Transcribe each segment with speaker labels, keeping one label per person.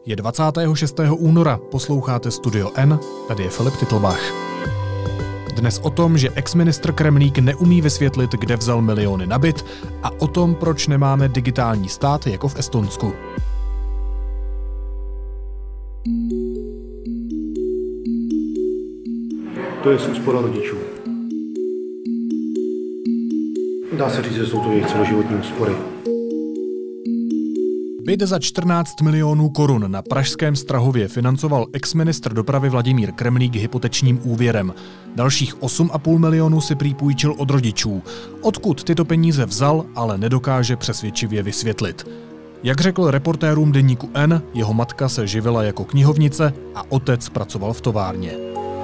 Speaker 1: Je 26. února, posloucháte Studio N, tady je Filip Titlbach. Dnes o tom, že exministr Kremlík neumí vysvětlit, kde vzal miliony na byt, a o tom, proč nemáme digitální stát jako v Estonsku.
Speaker 2: To je úspora rodičů. Dá se říct, že jsou to jejich celoživotní úspory.
Speaker 1: Byt za 14 milionů korun na pražském Strahově financoval exministr dopravy Vladimír Kremlík hypotečním úvěrem. Dalších 8,5 milionů si prý půjčil od rodičů. Odkud tyto peníze vzal, ale nedokáže přesvědčivě vysvětlit. Jak řekl reportérům deníku N, jeho matka se živila jako knihovnice a otec pracoval v továrně.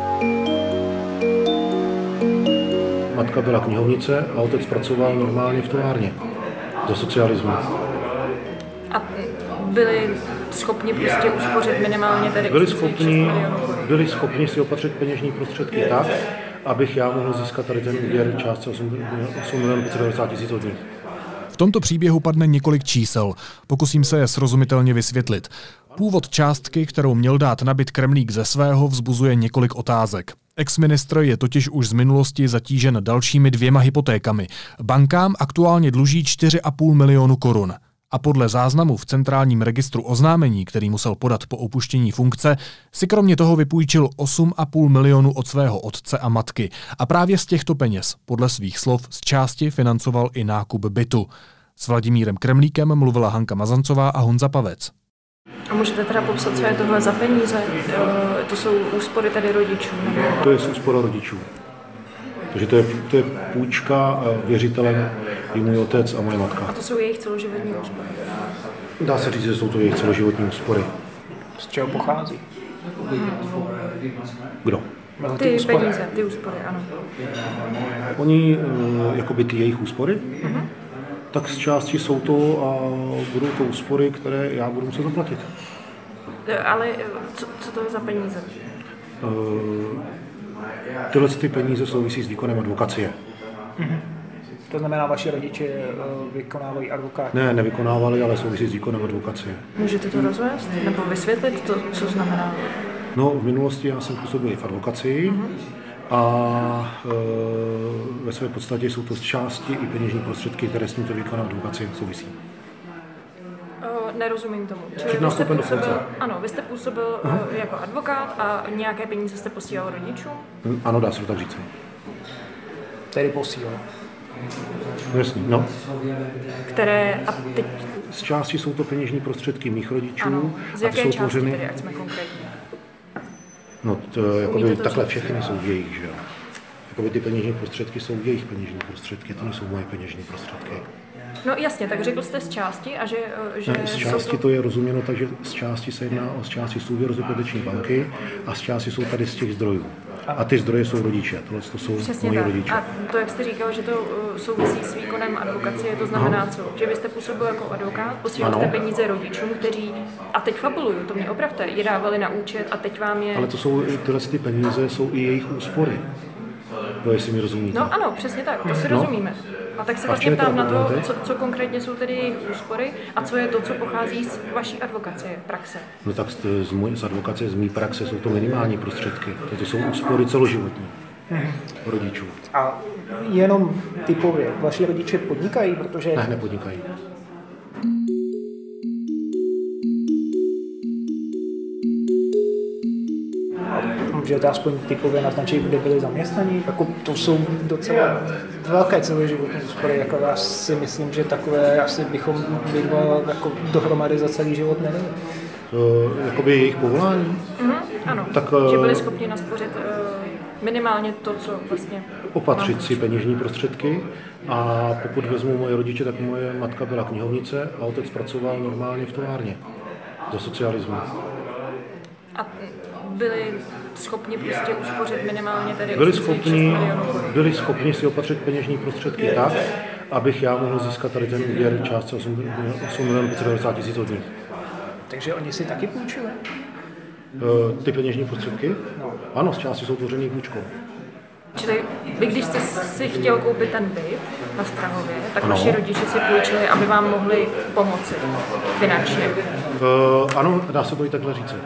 Speaker 2: Matka byla knihovnice a otec pracoval normálně v továrně. Za socialismu.
Speaker 3: A byli schopni prostě uspořit minimálně tady
Speaker 2: byli schopni si opatřit peněžní prostředky tak, abych já mohl získat tady ten úvěr částce 8 590 000 od nich.
Speaker 1: V tomto příběhu padne několik čísel. Pokusím se je srozumitelně vysvětlit. Původ částky, kterou měl dát na byt Kremlík ze svého, vzbuzuje několik otázek. Exministr je totiž už z minulosti zatížen dalšími 2 hypotékami. Bankám aktuálně dluží 4,5 milionu korun. A podle záznamu v centrálním registru oznámení, který musel podat po opuštění funkce, si kromě toho vypůjčil 8,5 milionu od svého otce a matky. A právě z těchto peněz, podle svých slov, z části financoval i nákup bytu. S Vladimírem Kremlíkem mluvila Hanka Mazancová a Honza Pavec.
Speaker 3: A můžete teda popsat, co je tohle za peníze? To jsou úspory tady rodičů? Nebo...
Speaker 2: To je úspora rodičů. Takže to je půjčka věřitelem i můj otec a moje matka.
Speaker 3: A to jsou jejich celoživotní úspory?
Speaker 2: Dá se říct, že jsou to jejich celoživotní úspory.
Speaker 4: Z čeho pochází?
Speaker 2: Kdo?
Speaker 3: Ty peníze, ty úspory, ano.
Speaker 2: Oni, jakoby ty jejich úspory, tak z části jsou to a budou to úspory, které já budu muset zaplatit.
Speaker 3: Ale co to je za peníze?
Speaker 2: Tyhle ty peníze souvisí s výkonem advokacie.
Speaker 4: To znamená, vaši rodiče vykonávají advokát?
Speaker 2: Ne, nevykonávali, ale souvisí s výkonem advokacie.
Speaker 3: Můžete to rozvést? Nebo vysvětlit to, co znamená?
Speaker 2: No, v minulosti já jsem působil v advokacii a ve své podstatě jsou to z části i peněžní prostředky, které s tímto výkonem advokacie souvisí.
Speaker 3: Nerozumím tomu. Ano, vy jste působil jako advokát a nějaké peníze jste posílal rodičům?
Speaker 2: Ano, dá se to tak říct.
Speaker 4: Tedy posílal.
Speaker 2: Jasný, no.
Speaker 3: Které a teď...
Speaker 2: Z části jsou to peněžní prostředky mých rodičů.
Speaker 3: Ano, z jaké části tvořeny... tedy, ať jsme konkrétní?
Speaker 2: No, jakoby takhle všechny jsou jejich, že jo. Jakoby ty peněžní prostředky jsou jejich peněžní prostředky, to nejsou moje peněžní prostředky.
Speaker 3: No jasně, tak řekl jste z části a že
Speaker 2: ne, z části to je rozuměno, takže z části se jedná o z části z úvěru z hypoteční banky a z části jsou tady z těch zdrojů. A ty zdroje jsou rodiče, tohle to jsou moji rodiče.
Speaker 3: A to, jak jste říkal, že to souvisí s výkonem advokacie, to znamená co? Že vy jste působil jako advokát, posílal jste peníze rodičům, kteří, a teď fabuluju, to mě opravte, je dávali na účet a teď vám je...
Speaker 2: Ale to jsou, tyhle ty peníze jsou i jejich úspory. No, jestli mi rozumíte.
Speaker 3: No ano, přesně tak, to si rozumíme. A tak se vlastně ptám na to, co konkrétně jsou tedy jejich úspory a co je to, co pochází z vaší advokacie, praxe.
Speaker 2: No tak z advokacie, z mý praxe jsou to minimální prostředky. To jsou úspory celoživotní rodičů.
Speaker 4: A jenom typově, vaši rodiče podnikají, protože...
Speaker 2: Ne, nepodnikají.
Speaker 4: Můžete aspoň typově naznačit, kde byli zaměstnaní? Jako to jsou docela velké celoživotní úspory. Jako já si myslím, že takové asi bychom dva jako dohromady za celý život nedali.
Speaker 2: Jakoby jejich povolání?
Speaker 3: Ano, tak, že byli schopni naspořit minimálně to, co vlastně...
Speaker 2: Opatřit si peněžní prostředky a pokud vezmu moje rodiče, tak moje matka byla knihovnice a otec pracoval normálně v továrně za socialismu.
Speaker 3: A byli schopni prostě uspořit minimálně tady
Speaker 2: byli schopni si opatřit peněžní prostředky tak, abych já mohl získat tady ten úvěr částce 8 590 000 od nich.
Speaker 4: Takže oni si taky půjčili?
Speaker 2: Ty peněžní prostředky?
Speaker 4: No.
Speaker 2: Ano, z části jsou tvořený půjčkou.
Speaker 3: Čili vy, když jste si chtěl koupit ten byt na Strahově, tak vaši rodiče si půjčili, aby vám mohli pomoci finančně.
Speaker 2: Ano, dá se to i takhle říct.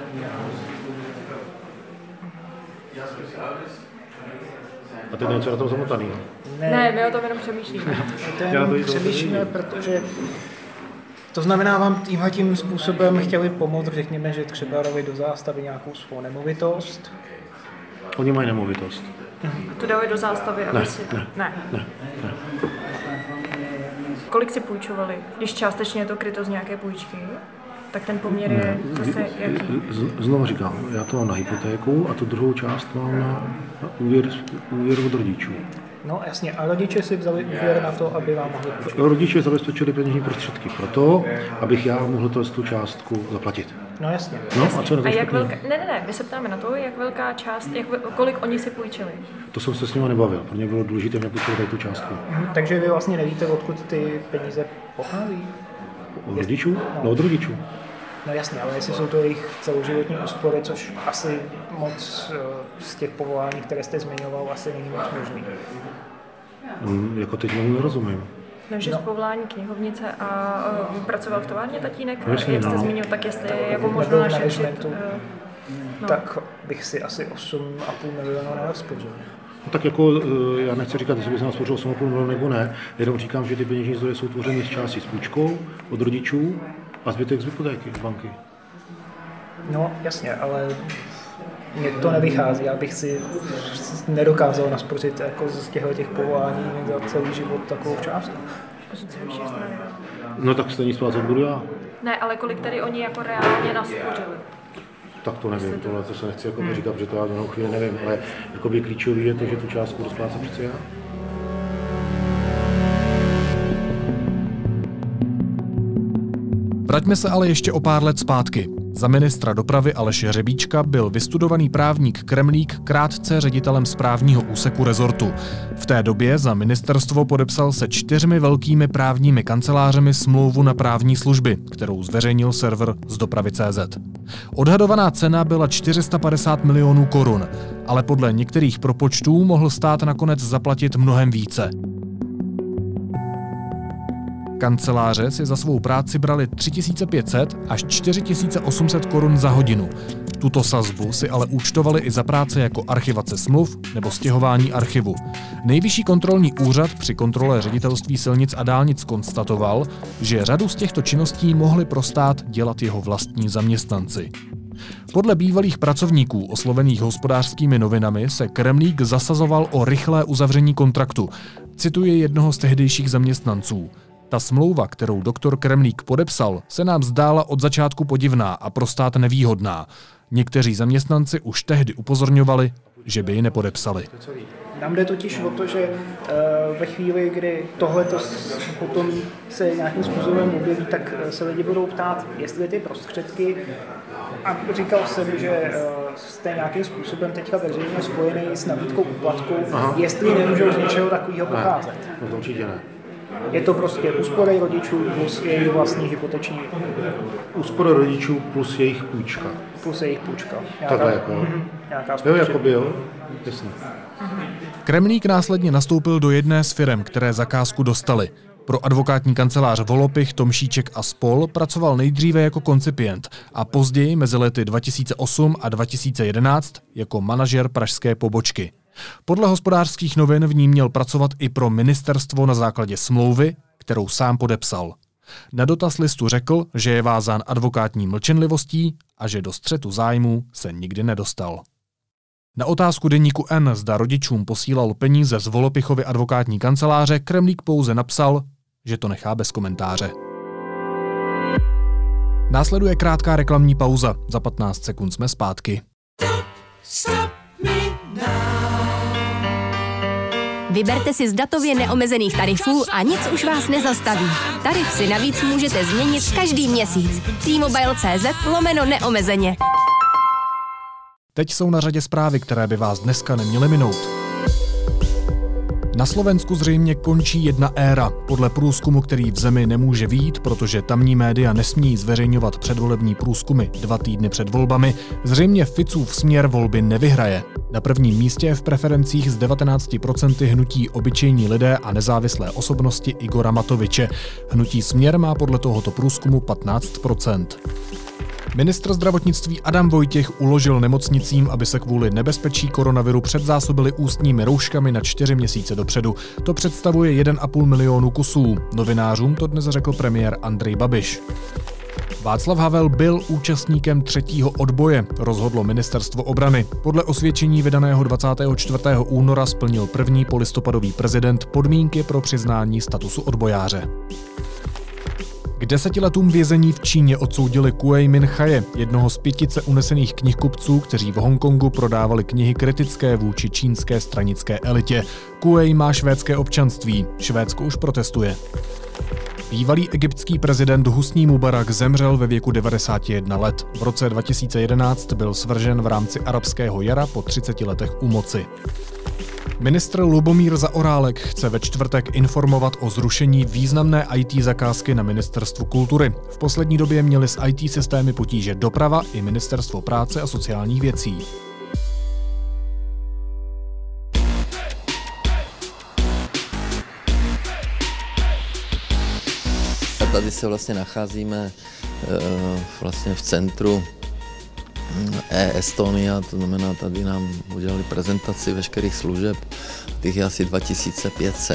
Speaker 2: A teď něco na tom zamotaný.
Speaker 3: Ne, my o tom jenom přemýšlíme.
Speaker 4: Přemýšlíme, protože to znamená, vám tím způsobem chtěli pomoct, řekněme, že třeba dali do zástavy nějakou svou nemovitost.
Speaker 2: Oni mají nemovitost.
Speaker 3: A to dali do zástavy, aby si... Ne. Kolik si půjčovali? Když částečně je to kryto z nějaké půjčky, tak ten poměr je zase jaký?
Speaker 2: Znovu říkám, já to mám na hypotéku a tu druhou část mám na úvěr od rodičů.
Speaker 4: No jasně, a rodiče si vzali úvěr na to, aby vám mohli půjčit?
Speaker 2: Rodiče zabezpečili peněžní prostředky proto, abych já mohl tu částku zaplatit.
Speaker 4: No jasně.
Speaker 2: No, a co na to
Speaker 3: jak velká... Ne, my se ptáme na to, jak velká část, kolik oni si půjčili.
Speaker 2: To jsem se s nimi nebavil, pro mě bylo důležité, mě půjčili tady tu částku.
Speaker 4: Takže vy vlastně nevíte, odkud ty peníze pochází?
Speaker 2: Od rodičů? No, od rodičů.
Speaker 4: No jasně, ale jestli jsou to jejich celoživotní úspory, což asi moc z těch povolání, které jste zmiňoval, asi není moc možný.
Speaker 2: Jako teď tomu nerozumím.
Speaker 3: No, že z povolání knihovnice a pracoval v továrně tatínek,
Speaker 2: jasně,
Speaker 3: jak jste zmínil, tak jestli je jako možno našetřit.
Speaker 4: Tak bych si asi 8,5 milionu nerozpořil.
Speaker 2: No tak jako, já nechci říkat, jestli bych se naspořil 8,5 milionu nebo ne, jenom říkám, že ty peněžní zdroje jsou tvořeny z části s půjčkou od rodičů a zbytek z hypotéky, z banky.
Speaker 4: No jasně, ale mně to nevychází, já bych si nedokázal naspořit jako z těch povolání za celý život takovou částku.
Speaker 2: No tak stejně splácet budu já.
Speaker 3: Ne, ale kolik tady oni jako reálně naspořili?
Speaker 2: Tak to nevím, tohle to se nechci jako říkat, protože to já do chvíli nevím, ale jakoby klíčový je to, že tu částku rozplácím přeci já.
Speaker 1: Vraťme se ale ještě o pár let zpátky. Za ministra dopravy Aleše Řebíčka byl vystudovaný právník Kremlík krátce ředitelem správního úseku rezortu. V té době za ministerstvo podepsal se 4 velkými právními kancelářemi smlouvu na právní služby, kterou zveřejnil server z dopravy.cz. Odhadovaná cena byla 450 milionů korun, ale podle některých propočtů mohl stát nakonec zaplatit mnohem více. Kanceláře si za svou práci brali 3500 až 4800 korun za hodinu. Tuto sazbu si ale účtovali i za práce jako archivace smluv nebo stěhování archivu. Nejvyšší kontrolní úřad při kontrole ředitelství silnic a dálnic konstatoval, že řadu z těchto činností mohli pro stát dělat jeho vlastní zaměstnanci. Podle bývalých pracovníků oslovených Hospodářskými novinami se Kremlík zasazoval o rychlé uzavření kontraktu. Cituji jednoho z tehdejších zaměstnanců. Ta smlouva, kterou doktor Kremlík podepsal, se nám zdála od začátku podivná a pro stát nevýhodná. Někteří zaměstnanci už tehdy upozorňovali, že by ji nepodepsali.
Speaker 4: Nám jde totiž o to, že ve chvíli, kdy tohleto potom se nějakým způsobem objeví, tak se lidi budou ptát, jestli ty prostředky, a říkal jsem, že jste nějakým způsobem teďka veřejně spojený s nabídkou úplatku, jestli nemůžou z něčeho takového pocházet.
Speaker 2: No to určitě ne.
Speaker 4: Je to prostě úspory rodičů plus jejich vlastní hypoteční.
Speaker 2: Úspory rodičů plus jejich půjčka.
Speaker 4: Plus jejich půjčka.
Speaker 2: Takhle jako. Jo, jako byl. Jasně.
Speaker 1: Kremlík následně nastoupil do jedné z firem, které zakázku dostali. Pro advokátní kancelář Volopich, Tomšíček a spol. Pracoval nejdříve jako koncipient a později mezi lety 2008 a 2011 jako manažer pražské pobočky. Podle Hospodářských novin v ní měl pracovat i pro ministerstvo na základě smlouvy, kterou sám podepsal. Na dotaz listu řekl, že je vázán advokátní mlčenlivostí a že do střetu zájmů se nikdy nedostal. Na otázku deníku N, zda rodičům posílal peníze z Volopichovy advokátní kanceláře, Kremlík pouze napsal, že to nechá bez komentáře. Následuje krátká reklamní pauza. Za 15 sekund jsme zpátky.
Speaker 5: Vyberte si z datově neomezených tarifů a nic už vás nezastaví. Tarif si navíc můžete změnit každý měsíc. T-Mobile.cz/neomezeně.
Speaker 1: Teď jsou na řadě zprávy, které by vás dneska neměly minout. Na Slovensku zřejmě končí jedna éra. Podle průzkumu, který v zemi nemůže vyjít, protože tamní média nesmí zveřejňovat předvolební průzkumy 2 týdny před volbami, zřejmě Ficův Směr volby nevyhraje. Na prvním místě je v preferencích z 19% hnutí Obyčejní lidé a nezávislé osobnosti Igora Matoviče. Hnutí Směr má podle tohoto průzkumu 15%. Ministr zdravotnictví Adam Vojtěch uložil nemocnicím, aby se kvůli nebezpečí koronaviru předzásobili ústními rouškami na 4 měsíce dopředu. To představuje 1,5 milionu kusů. Novinářům to dnes řekl premiér Andrej Babiš. Václav Havel byl účastníkem 3. odboje, rozhodlo ministerstvo obrany. Podle osvědčení vydaného 24. února splnil první polistopadový prezident podmínky pro přiznání statusu odbojáře. K 10 letům vězení v Číně odsoudili Kuei Minchaje, jednoho z 5 unesených knihkupců, kteří v Hongkongu prodávali knihy kritické vůči čínské stranické elitě. Kuei má švédské občanství, Švédsko už protestuje. Bývalý egyptský prezident Husní Mubarak zemřel ve věku 91 let. V roce 2011 byl svržen v rámci arabského jara po 30 letech u moci. Ministr Lubomír Zaorálek chce ve čtvrtek informovat o zrušení významné IT zakázky na Ministerstvu kultury. V poslední době měli s IT systémy potíže doprava i Ministerstvo práce a sociálních věcí.
Speaker 6: Tady se vlastně nacházíme vlastně v centru Estonia, to znamená, tady nám udělali prezentaci veškerých služeb, těch je asi 2500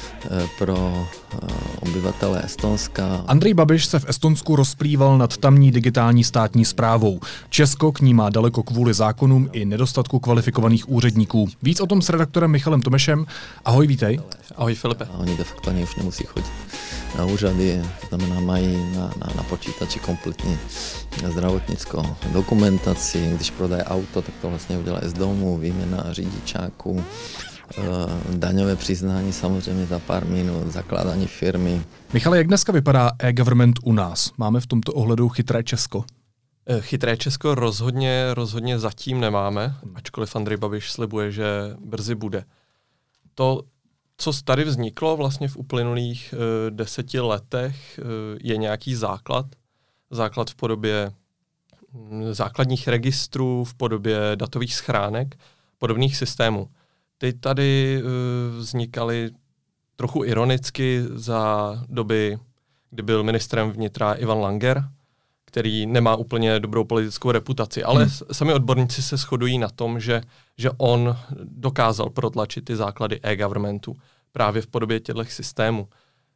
Speaker 6: pro obyvatele Estonska.
Speaker 1: Andrej Babiš se v Estonsku rozplýval nad tamní digitální státní správou. Česko k ní má daleko kvůli zákonům i nedostatku kvalifikovaných úředníků. Víc o tom s redaktorem Michalem Tomešem. Ahoj, vítej.
Speaker 7: Ahoj, Filipe.
Speaker 6: A oni de facto ani už nemusí chodit na úřady, to znamená mají na počítači kompletní zdravotnickou dokumentaci. Když prodají auto, tak to vlastně udělají z domu, výměna řidičáků, daňové přiznání samozřejmě za pár minut, zakládání firmy.
Speaker 1: Michale, jak dneska vypadá e-government u nás? Máme v tomto ohledu chytré Česko?
Speaker 7: Chytré Česko rozhodně zatím nemáme, ačkoliv Andrej Babiš slibuje, že brzy bude. To, co tady vzniklo vlastně v uplynulých 10 letech, je nějaký základ v podobě základních registrů, v podobě datových schránek, podobných systémů. Ty tady vznikaly trochu ironicky za doby, kdy byl ministrem vnitra Ivan Langer, který nemá úplně dobrou politickou reputaci, ale sami odborníci se shodují na tom, že on dokázal protlačit ty základy e-governmentu právě v podobě těchto systémů.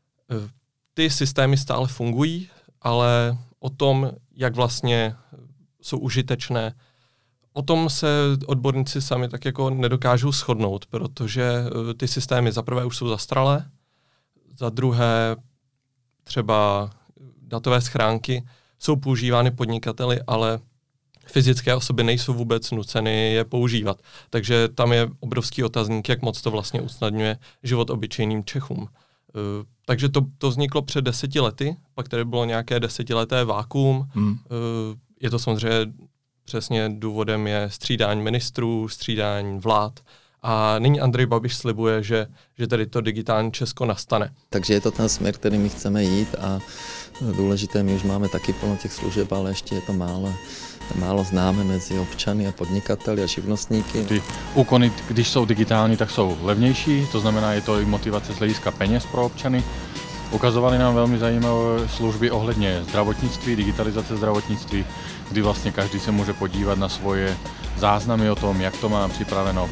Speaker 7: Ty systémy stále fungují, ale o tom, jak vlastně jsou užitečné, o tom se odborníci sami tak jako nedokážou shodnout, protože ty systémy za prvé už jsou zastaralé, za druhé třeba datové schránky jsou používány podnikateli, ale fyzické osoby nejsou vůbec nuceny je používat. Takže tam je obrovský otazník, jak moc to vlastně usnadňuje život obyčejným Čechům. Takže to vzniklo před 10 lety, pak tady bylo nějaké 10leté vákuum. Je to samozřejmě přesně důvodem je střídání ministrů, střídání vlád. A nyní Andrej Babiš slibuje, že tady to digitální Česko nastane.
Speaker 6: Takže je to ten směr, který my chceme jít a důležité, my už máme taky plno těch služeb, ale ještě je to málo známe mezi občany a podnikateli a živnostníky.
Speaker 8: Ty úkony, když jsou digitální, tak jsou levnější, to znamená, je to i motivace z hlediska peněz pro občany. Ukazovali nám velmi zajímavé služby ohledně zdravotnictví, digitalizace zdravotnictví, kdy vlastně každý se může podívat na svoje záznamy o tom, jak to má připraveno,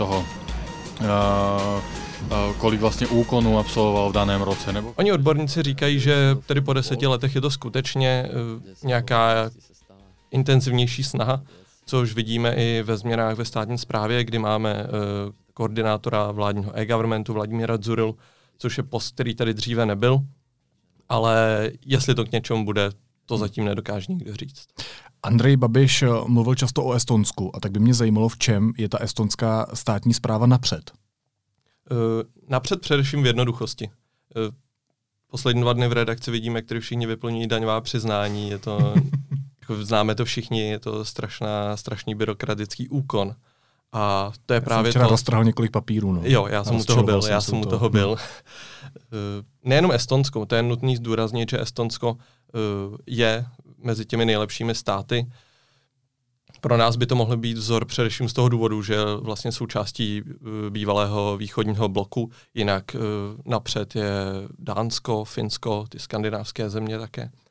Speaker 8: kolik vlastně úkonů absolvoval v daném roce. Nebo...
Speaker 7: Oni odborníci říkají, že tedy po 10 letech je to skutečně nějaká intenzivnější snaha, což vidíme i ve změnách ve státní správě, kdy máme koordinátora vládního e-governmentu Vladimíra Dzurilu, což je post, který tady dříve nebyl, ale jestli to k něčemu bude, to zatím nedokáže nikdo říct.
Speaker 1: Andrej Babiš mluvil často o Estonsku a tak by mě zajímalo, v čem je ta estonská státní správa napřed.
Speaker 7: Napřed především v jednoduchosti. Poslední 2 dny v redakci vidíme, který všichni vyplňují daňová přiznání, je to, jako známe to všichni, je to strašný byrokratický úkon. A to je právě
Speaker 1: včera roztrhl několik papírů. No.
Speaker 7: Jo, já jsem u toho byl. Nejenom Estonsko, to je nutný zdůraznit, že Estonsko je mezi těmi nejlepšími státy. Pro nás by to mohl být vzor především z toho důvodu, že vlastně součástí bývalého východního bloku, jinak napřed je Dánsko, Finsko, ty skandinávské země také.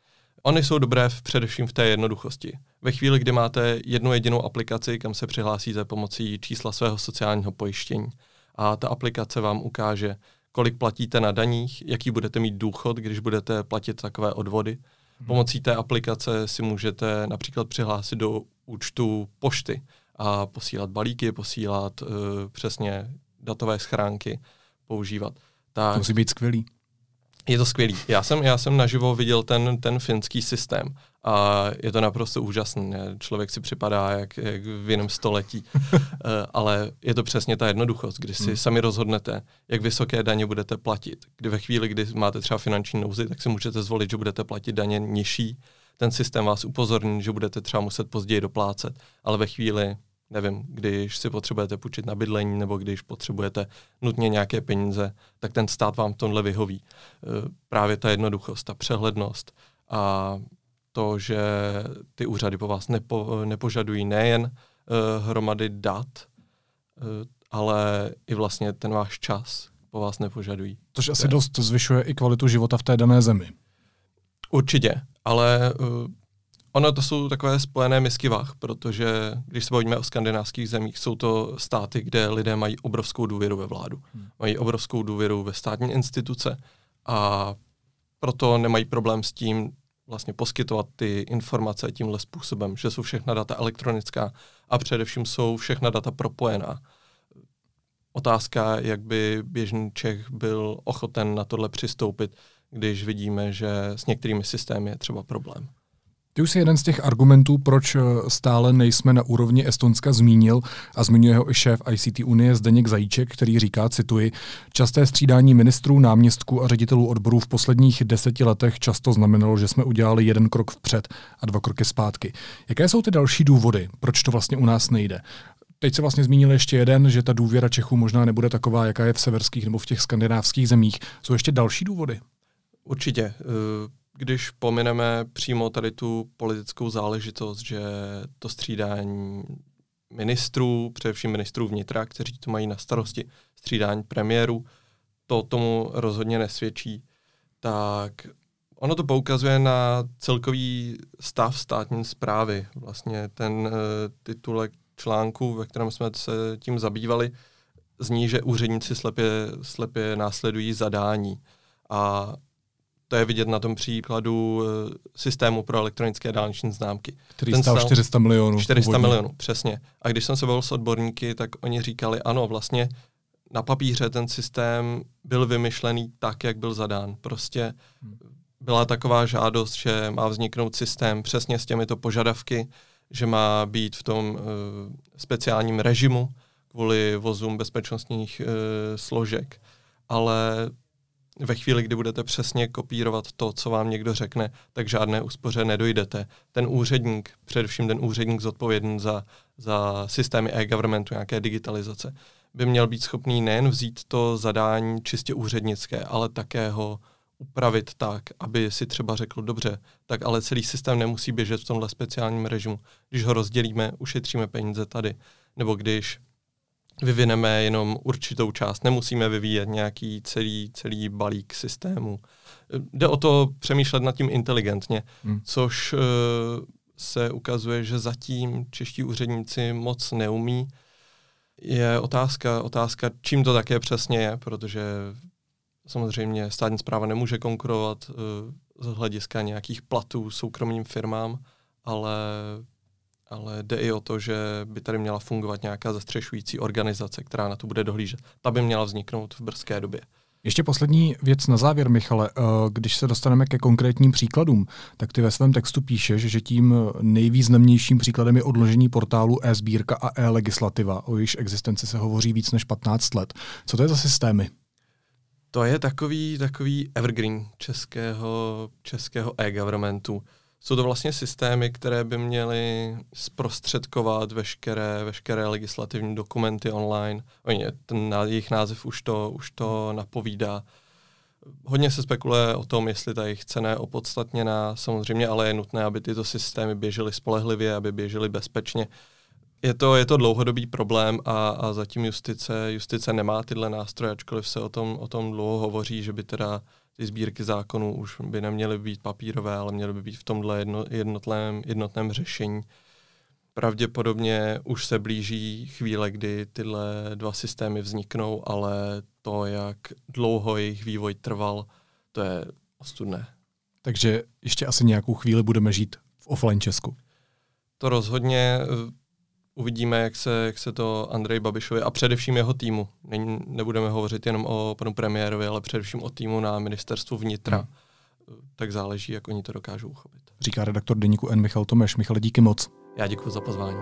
Speaker 7: Ony jsou dobré především v té jednoduchosti. Ve chvíli, kdy máte jednu jedinou aplikaci, kam se přihlásíte pomocí čísla svého sociálního pojištění a ta aplikace vám ukáže, kolik platíte na daních, jaký budete mít důchod, když budete platit takové odvody. Pomocí té aplikace si můžete například přihlásit do účtu pošty a posílat balíky, posílat přesně datové schránky, používat. Tak,
Speaker 1: to musí být skvělý.
Speaker 7: Je to skvělý. Já jsem naživo viděl ten finský systém a je to naprosto úžasný. Člověk si připadá jak v jiném století, ale je to přesně ta jednoduchost, kdy si sami rozhodnete, jak vysoké daně budete platit. Kdy ve chvíli, kdy máte třeba finanční nouzi, tak si můžete zvolit, že budete platit daně nižší. Ten systém vás upozorní, že budete třeba muset později doplácet, ale ve chvíli, nevím, když si potřebujete půjčit na bydlení nebo když potřebujete nutně nějaké peníze, tak ten stát vám v tomhle vyhoví. Právě ta jednoduchost, ta přehlednost a to, že ty úřady po vás nepožadují nejen hromady dat, ale i vlastně ten váš čas po vás nepožadují.
Speaker 1: Což asi dost zvyšuje i kvalitu života v té dané zemi.
Speaker 7: Určitě, ale ono to jsou takové spojené misky vah, protože když se bavíme o skandinávských zemích, jsou to státy, kde lidé mají obrovskou důvěru ve vládu. Mají obrovskou důvěru ve státní instituce a proto nemají problém s tím vlastně poskytovat ty informace tímhle způsobem, že jsou všechna data elektronická a především jsou všechna data propojená. Otázka, jak by běžný Čech byl ochoten na tohle přistoupit, když vidíme, že s některými systémy je třeba problém.
Speaker 1: Ty už si jeden z těch argumentů, proč stále nejsme na úrovni Estonska, zmínil a zmiňuje ho i šéf ICT Unie Zdeněk Zajíček, který říká, cituji, časté střídání ministrů, náměstků a ředitelů odborů v posledních 10 letech často znamenalo, že jsme udělali jeden krok vpřed a 2 kroky zpátky. Jaké jsou ty další důvody, proč to vlastně u nás nejde? Teď se vlastně zmínil ještě jeden, že ta důvěra Čechů možná nebude taková, jaká je v severských nebo v těch skandinávských zemích. Jsou ještě další důvody?
Speaker 7: Určitě. Když pomineme přímo tady tu politickou záležitost, že to střídání ministrů, především ministrů vnitra, kteří to mají na starosti, střídání premiérů, to tomu rozhodně nesvědčí, tak ono to poukazuje na celkový stav státní správy. Vlastně ten titulek článku, ve kterém jsme se tím zabývali, zní, že úředníci slepě následují zadání. A to je vidět na tom příkladu systému pro elektronické dálniční známky.
Speaker 1: Který stál 400 milionů.
Speaker 7: 400 milionů, přesně. A když jsem se bavil s odborníky, tak oni říkali, ano, vlastně na papíře ten systém byl vymyšlený tak, jak byl zadán. Prostě byla taková žádost, že má vzniknout systém přesně s těmito požadavky, že má být v tom speciálním režimu kvůli vozům bezpečnostních složek. Ale ve chvíli, kdy budete přesně kopírovat to, co vám někdo řekne, tak žádné úspoře nedojdete. Ten úředník, především ten úředník zodpovědný za systémy e-governmentu, nějaké digitalizace, by měl být schopný nejen vzít to zadání čistě úřednické, ale také ho upravit tak, aby si třeba řekl, dobře, tak ale celý systém nemusí běžet v tomhle speciálním režimu. Když ho rozdělíme, ušetříme peníze tady. Nebo když vyvineme jenom určitou část, nemusíme vyvíjet nějaký celý balík systému. Jde o to přemýšlet nad tím inteligentně, což se ukazuje, že zatím čeští úředníci moc neumí. Je otázka, čím to také přesně je, protože samozřejmě státní správa nemůže konkurovat z hlediska nějakých platů soukromým firmám, ale jde i o to, že by tady měla fungovat nějaká zastřešující organizace, která na to bude dohlížet. Ta by měla vzniknout v brzké době.
Speaker 1: Ještě poslední věc na závěr, Michale. Když se dostaneme ke konkrétním příkladům, tak ty ve svém textu píšeš, že tím nejvýznamnějším příkladem je odložení portálu e-sbírka a e-legislativa. O jejíž existenci se hovoří víc než 15 let. Co to je za systémy?
Speaker 7: To je takový evergreen českého e-governmentu. Jsou to vlastně systémy, které by měly zprostředkovat veškeré legislativní dokumenty online. Jejich název už to napovídá. Hodně se spekuluje o tom, jestli ta jejich cena je opodstatněná, samozřejmě, ale je nutné, aby tyto systémy běžely spolehlivě, aby běžely bezpečně. Je to dlouhodobý problém a zatím justice nemá tyhle nástroje, ačkoliv se o tom dlouho hovoří, že by teda ty sbírky zákonů už by neměly být papírové, ale měly by být v tomhle jednotném řešení. Pravděpodobně už se blíží chvíle, kdy tyhle dva systémy vzniknou, ale to, jak dlouho jejich vývoj trval, to je ostudné.
Speaker 1: Takže ještě asi nějakou chvíli budeme žít v offline Česku.
Speaker 7: To rozhodně. Uvidíme, jak se to Andreji Babišovi a především jeho týmu, nebudeme hovořit jenom o panu premiérovi, ale především o týmu na ministerstvu vnitra, tak záleží, jak oni to dokážou uchopit.
Speaker 1: Říká redaktor deníku N. Michal Tomeš. Michale, díky moc.
Speaker 7: Já děkuji za pozvání.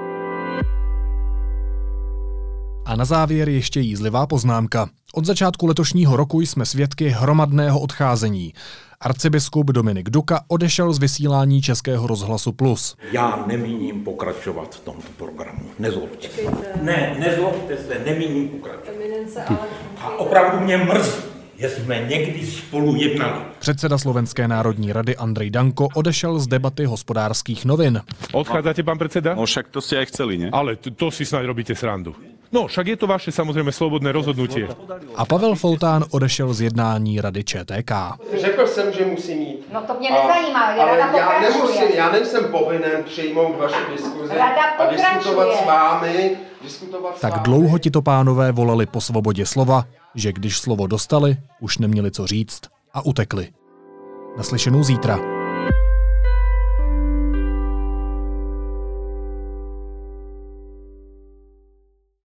Speaker 1: A na závěr ještě jízlivá poznámka. Od začátku letošního roku jsme svědky hromadného odcházení. Arcibiskup Dominik Duka odešel z vysílání Českého rozhlasu Plus.
Speaker 9: Já nemíním pokračovat v tomto programu. Nezlobte. Ne, nezlobte se, nemíním pokračovat. A opravdu mě mrzí, že jsme někdy spolu jednali.
Speaker 1: Předseda Slovenské národní rady Andrej Danko odešel z debaty Hospodářských novin.
Speaker 10: Odchádzate, pán predseda?
Speaker 11: No však to ste aj chceli, ne?
Speaker 10: Ale to si snáď robíte srandu. No, však je to vaše samozrejme slobodné rozhodnutie.
Speaker 1: A Pavel Foltán odešel z jednání rady ČTK.
Speaker 12: Řekl jsem, že musím jít.
Speaker 13: No to mě nezajímá, ale
Speaker 12: já nemusím, já nejsem povinen přijmout vaše diskuze a diskutovat s vámi.
Speaker 1: Tak dlouho tito pánové volali po svobodě slova, že když slovo dostali, už neměli co říct a utekli. Naslyšenou zítra.